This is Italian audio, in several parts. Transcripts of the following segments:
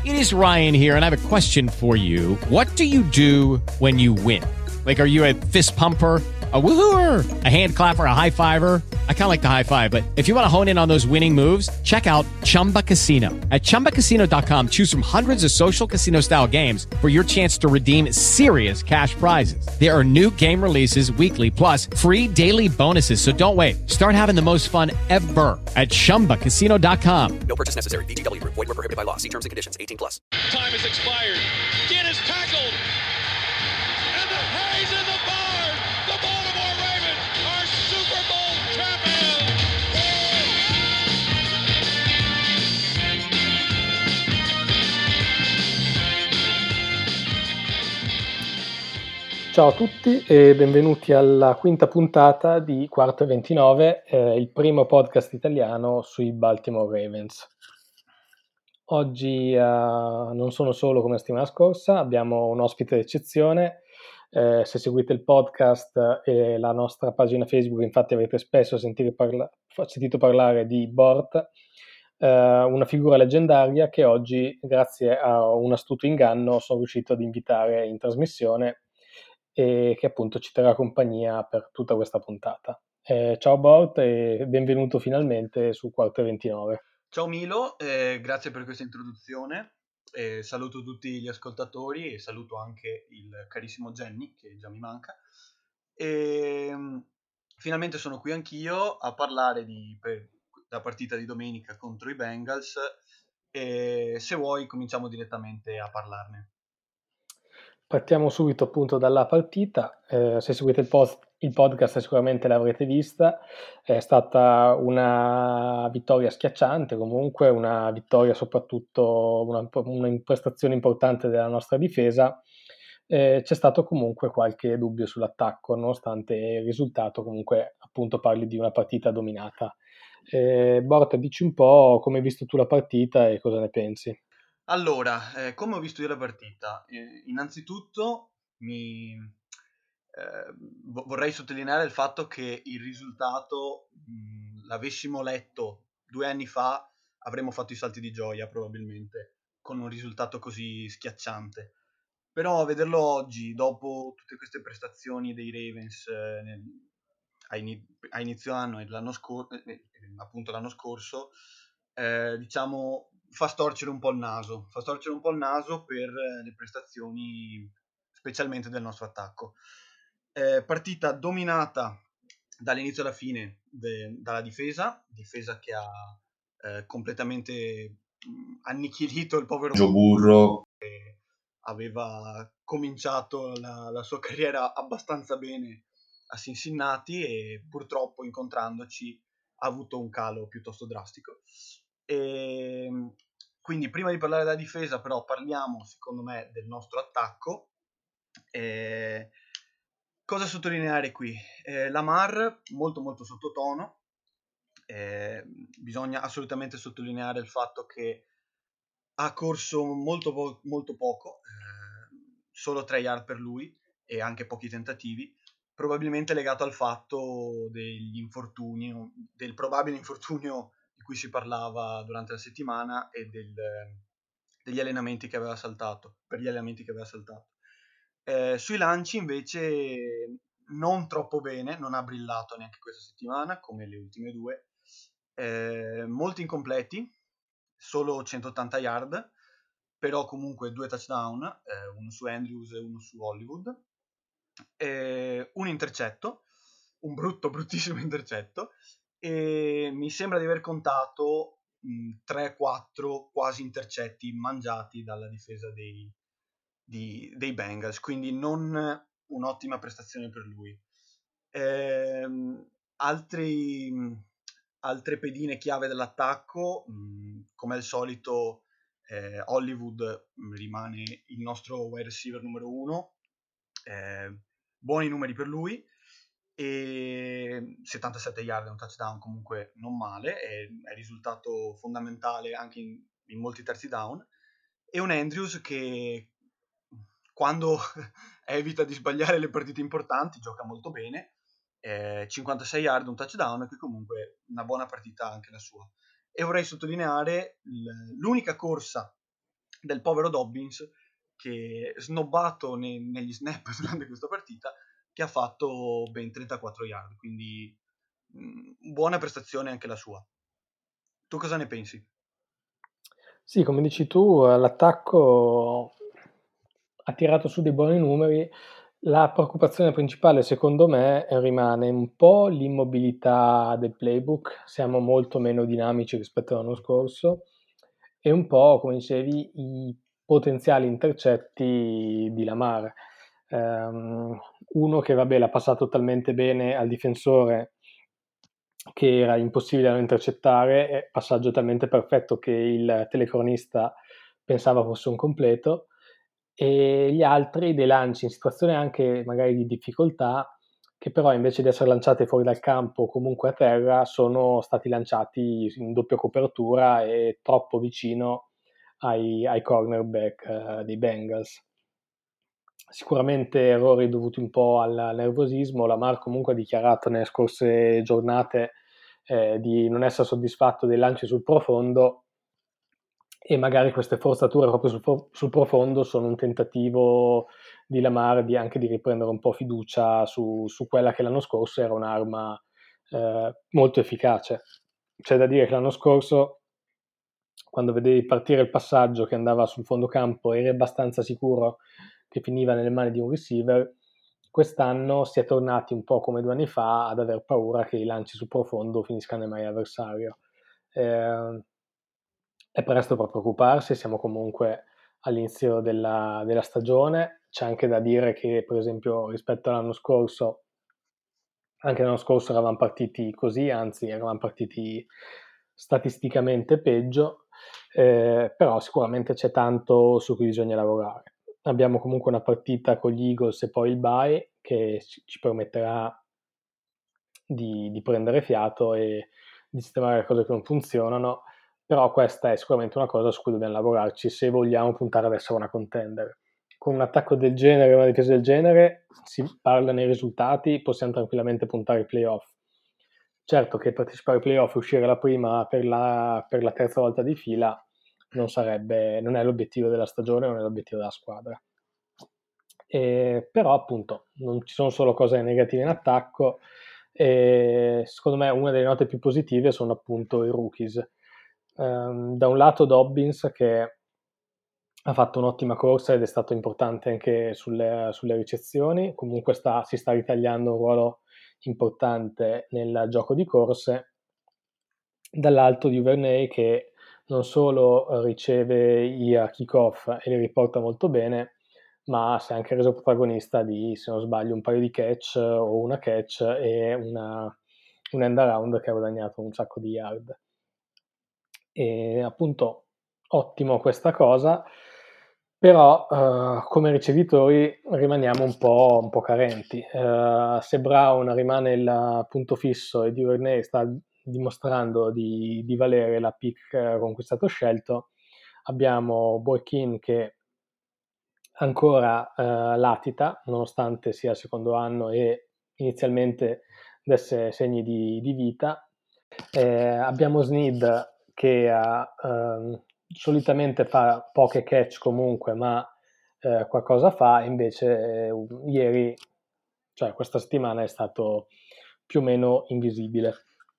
It is Ryan here, and I have a question for you. What do you do when you win? Like, are you a fist pumper, a woohooer, a hand clapper, a high fiver? I kind of like the high five, but if you want to hone in on those winning moves, check out Chumba Casino. At ChumbaCasino.com, choose from hundreds of social casino style games for your chance to redeem serious cash prizes. There are new game releases weekly, plus free daily bonuses. So don't wait. Start having the most fun ever at ChumbaCasino.com. No purchase necessary. VGW Group. Void where prohibited by law. See terms and conditions. 18+. Time has expired. Ginn is tackled. And the Hayes in the barn. The Baltimore Ravens are Super Bowl champions. Ciao a tutti e benvenuti alla quinta puntata di Quarto e 29, il primo podcast italiano sui Baltimore Ravens. Oggi non sono solo come la settimana scorsa, abbiamo un ospite d'eccezione. Se seguite il podcast e la nostra pagina Facebook, infatti avrete spesso sentito parlare di Bort, una figura leggendaria che oggi, grazie a un astuto inganno, sono riuscito ad invitare in trasmissione e che appunto ci terrà compagnia per tutta questa puntata. Ciao Bort e benvenuto finalmente su Quarto e 29. Ciao Milo, grazie per questa introduzione. Saluto tutti gli ascoltatori e saluto anche il carissimo Jenny, che già mi manca. Finalmente sono qui anch'io a parlare della partita di domenica contro i Bengals e se vuoi cominciamo direttamente a parlarne. Partiamo subito appunto dalla partita. Se seguite il podcast sicuramente l'avrete vista. È stata una vittoria schiacciante, comunque una vittoria soprattutto, una prestazione importante della nostra difesa. C'è stato comunque qualche dubbio sull'attacco, nonostante il risultato comunque appunto parli di una partita dominata. Borta, dici un po' come hai visto tu la partita e cosa ne pensi. Allora, come ho visto io la partita? Innanzitutto vorrei sottolineare il fatto che il risultato, l'avessimo letto 2 anni fa, avremmo fatto i salti di gioia probabilmente, con un risultato così schiacciante. Però vederlo oggi, dopo tutte queste prestazioni dei Ravens a inizio anno e appunto l'anno scorso, diciamo fa storcere un po' il naso per le prestazioni specialmente del nostro attacco. Partita dominata dall'inizio alla fine dalla difesa che ha completamente annichilito il povero Joe Burrow. che aveva cominciato la sua carriera abbastanza bene a Cincinnati e purtroppo incontrandoci ha avuto un calo piuttosto drastico. Quindi prima di parlare della difesa però parliamo secondo me del nostro attacco. Cosa sottolineare qui? Lamar molto molto sottotono. Bisogna assolutamente sottolineare il fatto che ha corso molto poco, solo 3 yard per lui e anche pochi tentativi, probabilmente legato al fatto del probabile infortunio di cui si parlava durante la settimana e degli allenamenti che aveva saltato, per gli allenamenti che aveva saltato. Sui lanci invece non troppo bene, non ha brillato neanche questa settimana come le ultime 2, molti incompleti, solo 180 yard, però comunque 2 touchdown, uno su Andrews e uno su Hollywood, un intercetto, un bruttissimo intercetto, e mi sembra di aver contato 3-4 quasi intercetti mangiati dalla difesa dei Bengals, quindi non un'ottima prestazione per lui. Altre pedine chiave dell'attacco, come al solito Hollywood rimane il nostro wide receiver numero 1, buoni numeri per lui e 77 yard e un touchdown comunque non male, è risultato fondamentale anche in molti terzi down, e un Andrews che quando evita di sbagliare le partite importanti gioca molto bene, 56 yard, un touchdown, che comunque una buona partita anche la sua. E vorrei sottolineare l'unica corsa del povero Dobbins, che snobbato negli snap durante questa partita, che ha fatto ben 34 yard, quindi buona prestazione anche la sua. Tu cosa ne pensi? Sì, come dici tu, l'attacco ha tirato su dei buoni numeri. La preoccupazione principale, secondo me, rimane un po' l'immobilità del playbook. Siamo molto meno dinamici rispetto all'anno scorso e un po', come dicevi, i potenziali intercetti di Lamar. Uno che, vabbè, l'ha passato talmente bene al difensore che era impossibile da non intercettare, è passaggio talmente perfetto che il telecronista pensava fosse un completo, e gli altri dei lanci in situazioni anche magari di difficoltà, che però invece di essere lanciati fuori dal campo o comunque a terra, sono stati lanciati in doppia copertura e troppo vicino ai cornerback dei Bengals. Sicuramente errori dovuti un po' al nervosismo. Lamar comunque ha dichiarato nelle scorse giornate di non essere soddisfatto dei lanci sul profondo, e magari queste forzature proprio sul profondo sono un tentativo di Lamar anche di riprendere un po' fiducia su quella che l'anno scorso era un'arma molto efficace. C'è da dire che l'anno scorso, quando vedevi partire il passaggio che andava sul fondo campo, eri abbastanza sicuro che finiva nelle mani di un receiver. Quest'anno si è tornati un po' come 2 anni fa ad aver paura che i lanci sul profondo finiscano nelle mani dell'avversario. È presto per preoccuparsi, siamo comunque all'inizio della stagione. C'è anche da dire che, per esempio, rispetto all'anno scorso, anche l'anno scorso eravamo partiti così, anzi eravamo partiti statisticamente peggio, però sicuramente c'è tanto su cui bisogna lavorare. Abbiamo comunque una partita con gli Eagles e poi il bye che ci permetterà di prendere fiato e di sistemare le cose che non funzionano, però questa è sicuramente una cosa su cui dobbiamo lavorarci se vogliamo puntare ad essere una contender. Con un attacco del genere e una difesa del genere, si parla nei risultati, possiamo tranquillamente puntare ai playoff. Certo che partecipare ai playoff e uscire la prima per la terza volta di fila non è l'obiettivo della stagione, non è l'obiettivo della squadra. Però appunto non ci sono solo cose negative in attacco, e secondo me una delle note più positive sono appunto i rookies. Da un lato Dobbins, che ha fatto un'ottima corsa ed è stato importante anche sulle ricezioni, comunque si sta ritagliando un ruolo importante nel gioco di corse. Dall'alto Duvernay, che non solo riceve i kick-off e li riporta molto bene, ma si è anche reso protagonista di, se non sbaglio, un paio di catch o una catch e un end around che ha guadagnato un sacco di yard. E appunto ottimo questa cosa, però come ricevitori rimaniamo un po' carenti. Se Brown rimane il punto fisso e Duvernay sta dimostrando di valere la pick con cui è stato scelto, abbiamo Boykin che ancora latita, nonostante sia il secondo anno e inizialmente desse segni di vita. Abbiamo Snead che solitamente fa poche catch comunque, ma qualcosa fa, invece ieri, cioè questa settimana, è stato più o meno invisibile.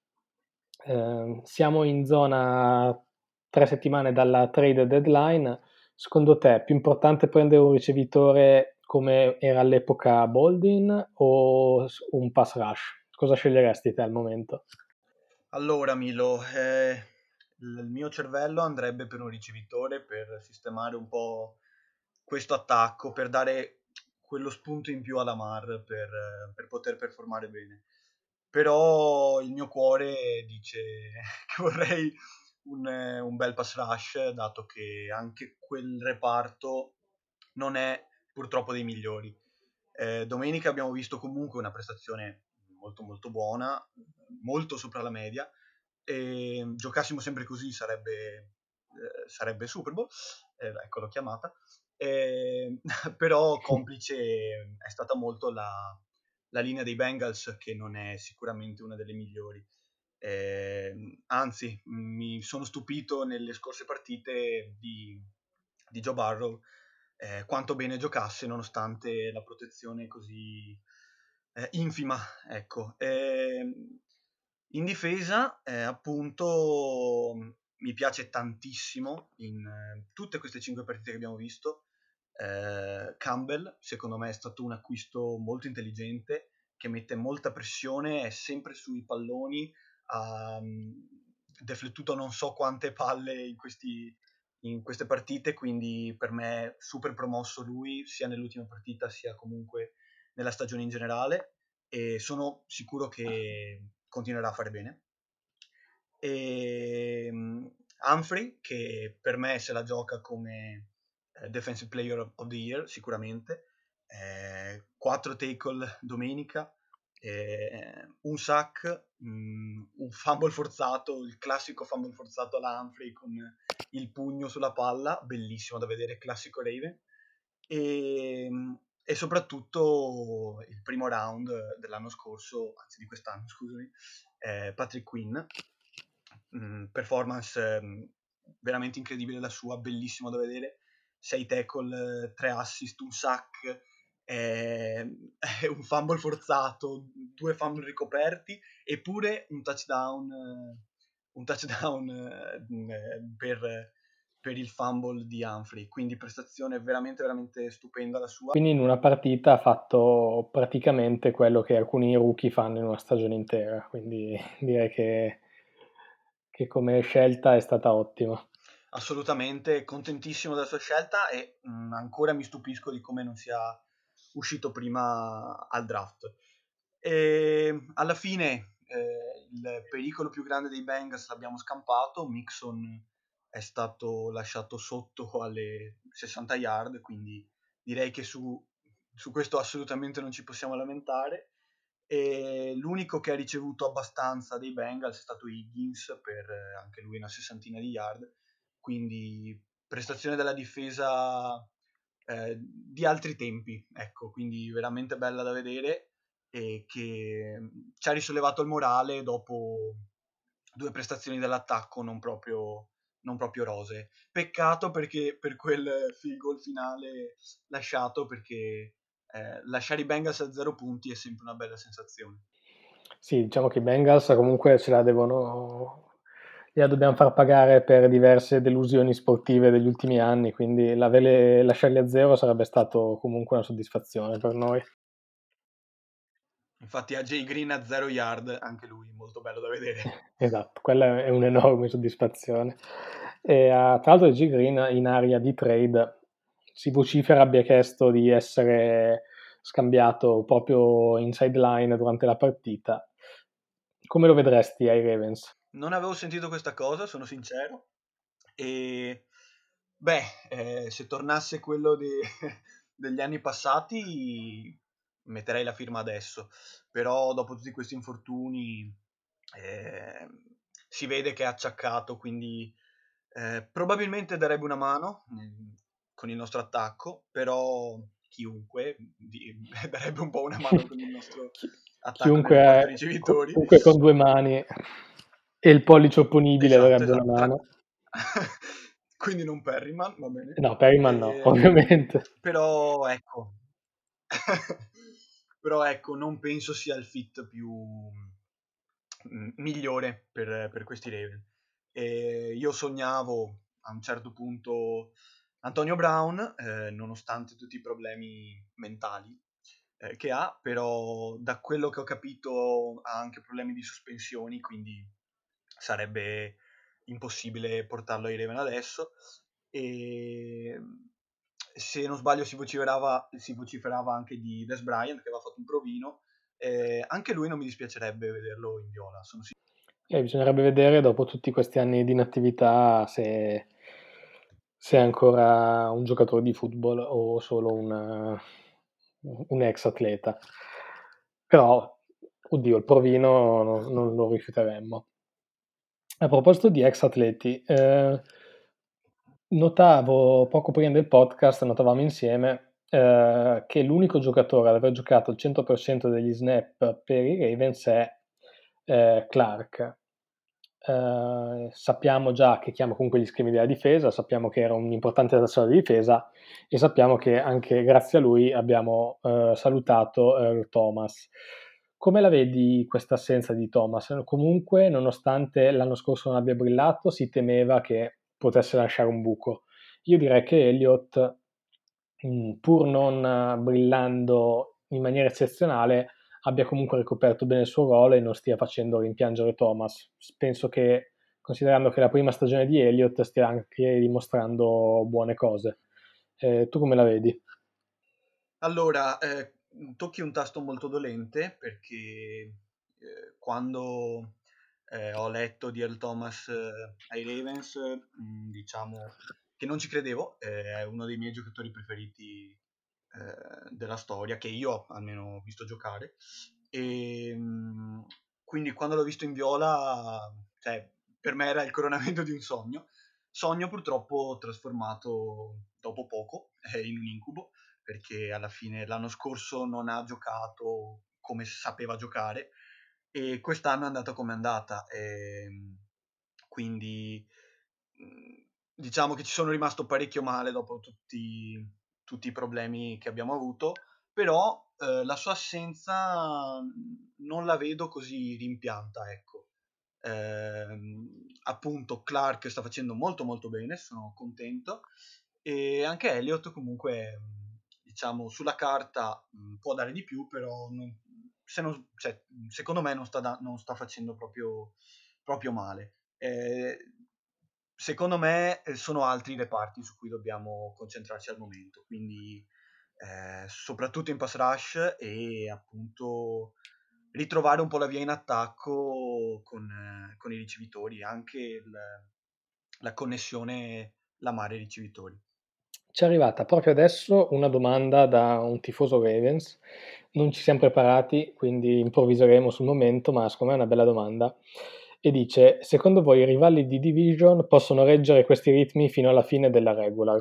Siamo in zona 3 settimane dalla trade deadline. Secondo te è più importante prendere un ricevitore come era all'epoca Boldin o un pass rush? Cosa sceglieresti te al momento? Allora, Milo, il mio cervello andrebbe per un ricevitore per sistemare un po' questo attacco, per dare quello spunto in più alla Mar per poter performare bene. Però il mio cuore dice che vorrei un bel pass rush, dato che anche quel reparto non è purtroppo dei migliori. Domenica abbiamo visto comunque una prestazione molto molto buona, molto sopra la media, e giocassimo sempre così sarebbe Super Bowl, ecco l'ho chiamata. Però complice è stata molto la linea dei Bengals, che non è sicuramente una delle migliori. Anzi, mi sono stupito nelle scorse partite di Joe Burrow, quanto bene giocasse nonostante la protezione così infima, ecco. In difesa, appunto, mi piace tantissimo in tutte queste 5 partite che abbiamo visto. Campbell, secondo me, è stato un acquisto molto intelligente, che mette molta pressione, è sempre sui palloni, ha deflettuto non so quante palle in queste partite, quindi per me super promosso lui, sia nell'ultima partita sia comunque nella stagione in generale, e sono sicuro che continuerà a fare bene. E Humphrey, che per me se la gioca come Defensive Player of the Year sicuramente, 4 tackle domenica, un sack, un fumble forzato, il classico fumble forzato alla Humphrey con il pugno sulla palla, bellissimo da vedere, classico Raven, e, e soprattutto il primo round dell'anno scorso, anzi di quest'anno, scusami, Patrick Quinn, performance veramente incredibile la sua, bellissimo da vedere, 6 tackle, 3 assist, un sack, un fumble forzato, 2 fumble ricoperti, eppure un touchdown per il fumble di Humphrey, quindi prestazione veramente veramente stupenda la sua. Quindi in una partita ha fatto praticamente quello che alcuni rookie fanno in una stagione intera, quindi direi che come scelta è stata ottima. Assolutamente, contentissimo della sua scelta e ancora mi stupisco di come non sia uscito prima al draft. E alla fine il pericolo più grande dei Bengals l'abbiamo scampato, Mixon è stato lasciato sotto alle 60 yard, quindi direi che su questo assolutamente non ci possiamo lamentare. E l'unico che ha ricevuto abbastanza dei Bengals è stato Higgins, per anche lui una sessantina di yard, quindi prestazione della difesa di altri tempi, ecco, quindi veramente bella da vedere e che ci ha risollevato il morale dopo 2 prestazioni dell'attacco non proprio rosee. Peccato perché per quel field goal finale lasciato, perché lasciare i Bengals a 0 punti è sempre una bella sensazione. Sì, diciamo che i Bengals comunque gliela dobbiamo far pagare per diverse delusioni sportive degli ultimi anni, quindi lasciarli a 0 sarebbe stato comunque una soddisfazione per noi. Infatti AJ Green a 0 yard, anche lui molto bello da vedere. Esatto, quella è un'enorme soddisfazione. E, tra l'altro G. Green in area di trade si vocifera abbia chiesto di essere scambiato proprio in sideline durante la partita. Come lo vedresti ai Ravens? Non avevo sentito questa cosa, sono sincero, e beh, se tornasse quello degli anni passati metterei la firma adesso, però dopo tutti questi infortuni eh, si vede che è acciaccato, quindi probabilmente darebbe una mano con il nostro attacco, però chiunque darebbe un po' una mano con il nostro attacco nel reparto ricevitori. Chiunque con 2 mani e il pollice opponibile Esatto, darebbe una esatto. mano. Quindi non Perryman, va bene. No, Perryman no, ovviamente. Però ecco, però ecco, non penso sia il fit più migliore per questi Raven. Io sognavo a un certo punto Antonio Brown, nonostante tutti i problemi mentali che ha, però da quello che ho capito ha anche problemi di sospensioni, quindi sarebbe impossibile portarlo ai Raven adesso. E se non sbaglio si vociferava anche di Dez Bryant, che aveva fatto un provino. Anche lui non mi dispiacerebbe vederlo in viola, sono sicuro. Bisognerebbe vedere dopo tutti questi anni di inattività se è ancora un giocatore di football o solo un ex atleta. Però, oddio, il provino non lo rifiuteremmo. A proposito di ex atleti, notavo poco prima del podcast, notavamo insieme che l'unico giocatore ad aver giocato il 100% degli snap per i Ravens è Clark. sappiamo già che chiama comunque gli schemi della difesa, sappiamo che era un importante tassello di difesa e sappiamo che anche grazie a lui abbiamo salutato Earl Thomas. Come la vedi questa assenza di Thomas? Comunque, nonostante l'anno scorso non abbia brillato, si temeva che potesse lasciare un buco. Io direi che Elliott, pur non brillando in maniera eccezionale, abbia comunque ricoperto bene il suo ruolo e non stia facendo rimpiangere Thomas. Penso che, considerando che è la prima stagione di Elliott, stia anche dimostrando buone cose. Tu come la vedi? Allora, tocchi un tasto molto dolente perché quando ho letto di Earl Thomas ai Ravens, diciamo che non ci credevo, è uno dei miei giocatori preferiti della storia, che io almeno ho visto giocare, e quindi quando l'ho visto in viola, cioè, per me era il coronamento di un sogno purtroppo trasformato dopo poco in un incubo, perché alla fine l'anno scorso non ha giocato come sapeva giocare e quest'anno è andata come è andata. Quindi diciamo che ci sono rimasto parecchio male dopo tutti i problemi che abbiamo avuto, però la sua assenza non la vedo così rimpianta, ecco. Appunto Clark sta facendo molto molto bene, sono contento, e anche Elliott comunque diciamo sulla carta può dare di più, però cioè, secondo me non sta facendo proprio male. Secondo me sono altri i reparti su cui dobbiamo concentrarci al momento, quindi soprattutto in pass rush e appunto ritrovare un po' la via in attacco con i ricevitori, anche la connessione Lamare-ricevitori. Ci è arrivata proprio adesso una domanda da un tifoso Ravens. Non ci siamo preparati, quindi improvviseremo sul momento, ma secondo me è una bella domanda. E dice: secondo voi i rivali di Division possono reggere questi ritmi fino alla fine della regular?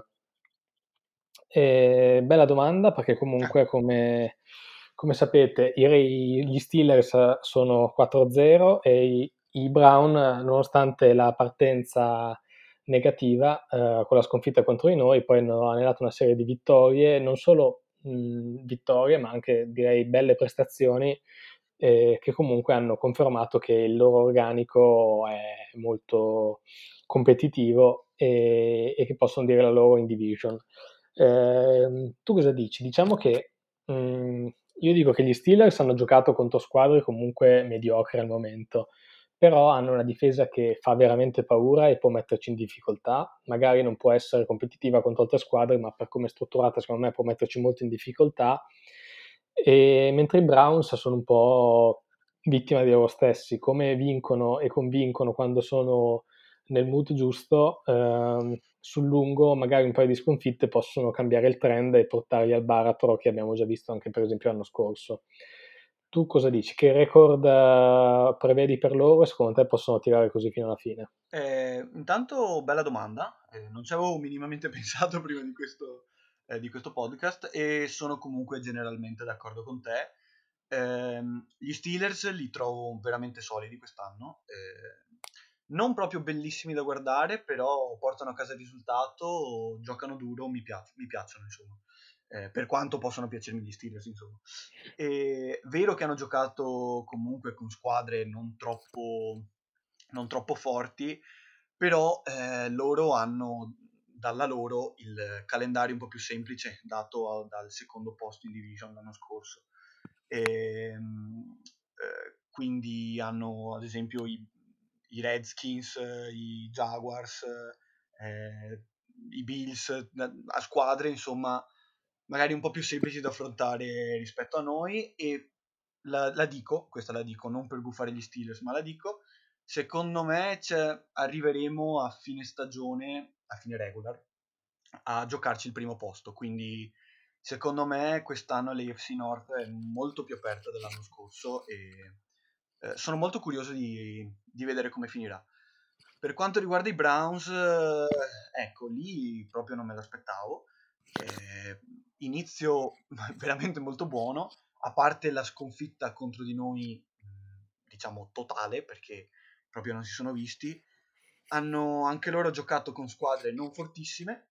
Bella domanda, perché comunque, come sapete, gli Steelers sono 4-0 e i Brown, nonostante la partenza negativa con la sconfitta contro di noi, poi hanno anelato una serie di vittorie, non solo vittorie, ma anche direi belle prestazioni, che comunque hanno confermato che il loro organico è molto competitivo e che possono dire la loro in division. Tu cosa dici? Diciamo che io dico che gli Steelers hanno giocato contro squadre comunque mediocre al momento, però hanno una difesa che fa veramente paura e può metterci in difficoltà. Magari non può essere competitiva contro altre squadre, ma per come è strutturata, secondo me può metterci molto in difficoltà. E mentre i Browns sono un po' vittima di loro stessi, come vincono e convincono quando sono nel mood giusto, sul lungo magari un paio di sconfitte possono cambiare il trend e portarli al baratro che abbiamo già visto anche per esempio l'anno scorso. Tu cosa dici? Che record prevedi per loro e secondo te possono tirare così fino alla fine? Intanto bella domanda, non ci avevo minimamente pensato prima di questo podcast e sono comunque generalmente d'accordo con te. Gli Steelers li trovo veramente solidi quest'anno, non proprio bellissimi da guardare, però portano a casa il risultato, giocano duro, mi piacciono insomma. Per quanto possano piacermi gli Steelers, insomma. Vero che hanno giocato comunque con squadre non troppo forti, però loro hanno dalla loro il calendario un po' più semplice dato dal secondo posto in division l'anno scorso. Quindi hanno ad esempio i Redskins, i Jaguars, i Bills, a squadre insomma magari un po' più semplici da affrontare rispetto a noi, e questa la dico non per gufare gli Steelers, ma la dico, secondo me arriveremo a fine stagione, a fine regular, a giocarci il primo posto, quindi secondo me quest'anno l'AFC North è molto più aperta dell'anno scorso e sono molto curioso di vedere come finirà. Per quanto riguarda i Browns, ecco, lì proprio non me l'aspettavo. Inizio veramente molto buono, a parte la sconfitta contro di noi, diciamo totale, perché proprio non si sono visti. Hanno anche loro giocato con squadre non fortissime,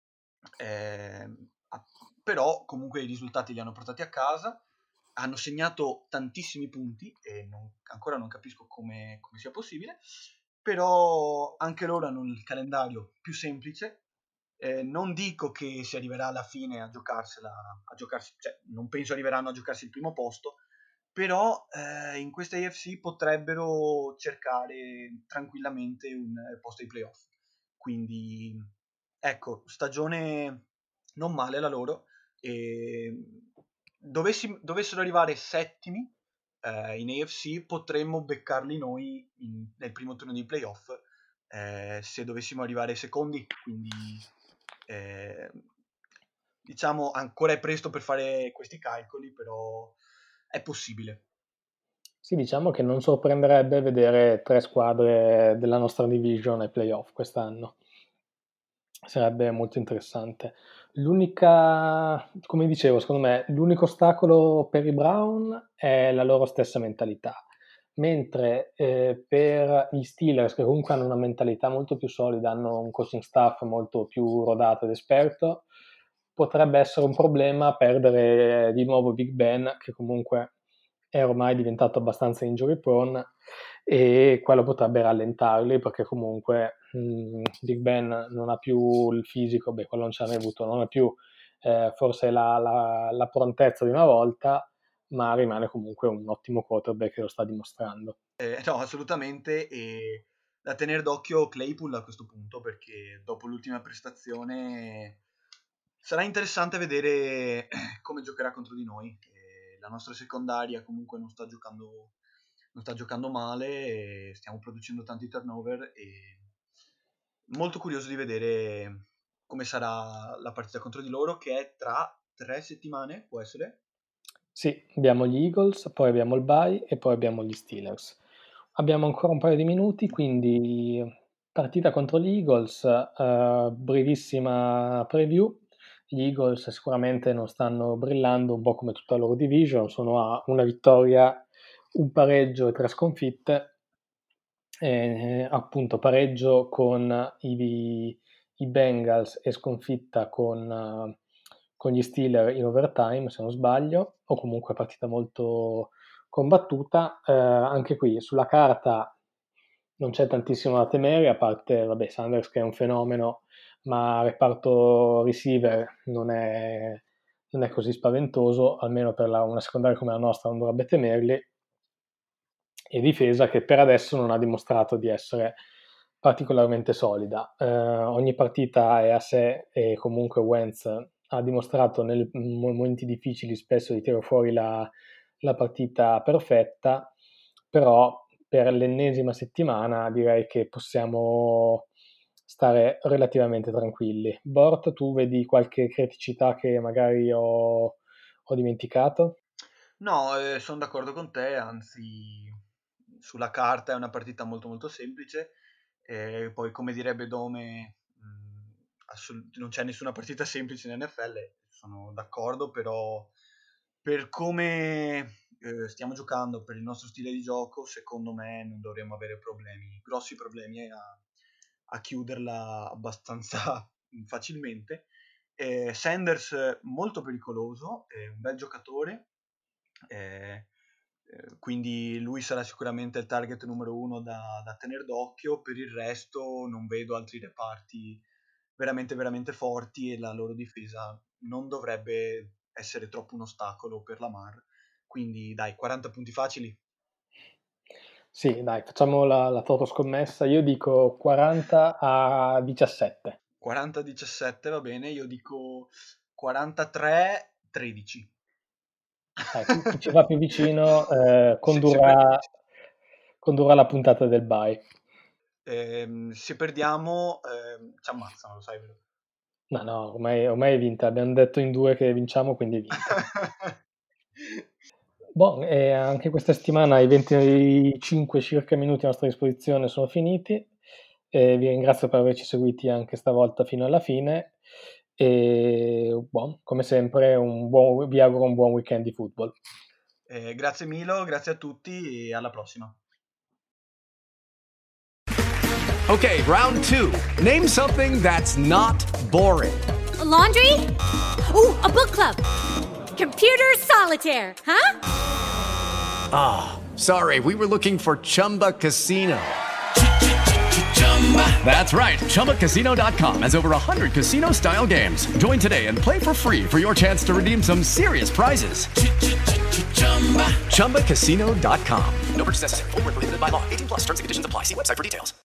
però comunque i risultati li hanno portati a casa, hanno segnato tantissimi punti e ancora non capisco come sia possibile, però anche loro hanno il calendario più semplice. Non dico che si arriverà alla fine a giocarsela, cioè non penso arriveranno a giocarsi il primo posto, però in questa AFC potrebbero cercare tranquillamente un posto ai playoff. Quindi ecco, stagione non male la loro. E dovessero arrivare settimi in AFC, potremmo beccarli noi nel primo turno di playoff se dovessimo arrivare secondi. Quindi eh, diciamo ancora è presto per fare questi calcoli, però è possibile. Sì, diciamo che non sorprenderebbe vedere 3 squadre della nostra division ai playoff quest'anno. Sarebbe molto interessante. L'unica, come dicevo, secondo me, l'unico ostacolo per i Brown è la loro stessa mentalità. Mentre per gli Steelers, che comunque hanno una mentalità molto più solida, hanno un coaching staff molto più rodato ed esperto, potrebbe essere un problema perdere di nuovo Big Ben, che comunque è ormai diventato abbastanza injury prone, e quello potrebbe rallentarli perché comunque Big Ben non ha più il fisico, beh, quello non ce l'ha mai avuto, non ha più forse la prontezza di una volta, ma rimane comunque un ottimo quarterback che lo sta dimostrando. No, assolutamente, e da tenere d'occhio Claypool a questo punto, perché dopo l'ultima prestazione sarà interessante vedere come giocherà contro di noi. La nostra secondaria comunque non sta giocando male, e stiamo producendo tanti turnover e molto curioso di vedere come sarà la partita contro di loro, che è tra 3 settimane, può essere? Sì, abbiamo gli Eagles, poi abbiamo il bye e poi abbiamo gli Steelers. Abbiamo ancora un paio di minuti, quindi partita contro gli Eagles, brevissima preview. Gli Eagles sicuramente non stanno brillando, un po' come tutta la loro division, sono a una vittoria, un pareggio e 3 sconfitte. Appunto pareggio con i Bengals e sconfitta con gli Steelers in overtime, se non sbaglio, o comunque partita molto combattuta. Anche qui sulla carta non c'è tantissimo da temere, a parte vabbè, Sanders che è un fenomeno, ma reparto receiver non è così spaventoso, almeno per una secondaria come la nostra non dovrebbe temerli, e difesa che per adesso non ha dimostrato di essere particolarmente solida. Ogni partita è a sé e comunque Wentz ha dimostrato nei momenti difficili spesso di tirare fuori la partita perfetta, però per l'ennesima settimana direi che possiamo stare relativamente tranquilli. Bort, tu vedi qualche criticità che magari ho dimenticato? No, sono d'accordo con te, anzi, sulla carta è una partita molto molto semplice, e poi come direbbe Dome, non c'è nessuna partita semplice in NFL, sono d'accordo, però per come stiamo giocando, per il nostro stile di gioco, secondo me non dovremmo avere problemi, grossi problemi a chiuderla abbastanza facilmente. Sanders molto pericoloso, è un bel giocatore, eh, quindi lui sarà sicuramente il target numero uno da tenere d'occhio. Per il resto non vedo altri reparti veramente veramente forti, e la loro difesa non dovrebbe essere troppo un ostacolo per Lamar. Quindi dai, 40 punti facili. Sì, dai, facciamo la toto scommessa. Io dico 40-17. 40-17 va bene, io dico 43-13. Chi ci va più vicino Se condurrà la puntata del bye. se perdiamo, ci ammazzano, lo sai, vero? No, no, ormai è vinta. Abbiamo detto in due che vinciamo, quindi è vinta. Boh, e anche questa settimana i 25 circa minuti a nostra disposizione sono finiti. Vi ringrazio per averci seguiti anche stavolta fino alla fine. E boh, come sempre, vi auguro un buon weekend di football. Grazie Milo, grazie a tutti e alla prossima. Okay, round two. Name something that's not boring. A laundry? Ooh, a book club. Computer solitaire, huh? Ah, sorry, we were looking for Chumba Casino. That's right, ChumbaCasino.com has over 100 casino-style games. Join today and play for free for your chance to redeem some serious prizes. ChumbaCasino.com. No purchase necessary. Void where prohibited by law. 18+ terms and conditions apply. See website for details.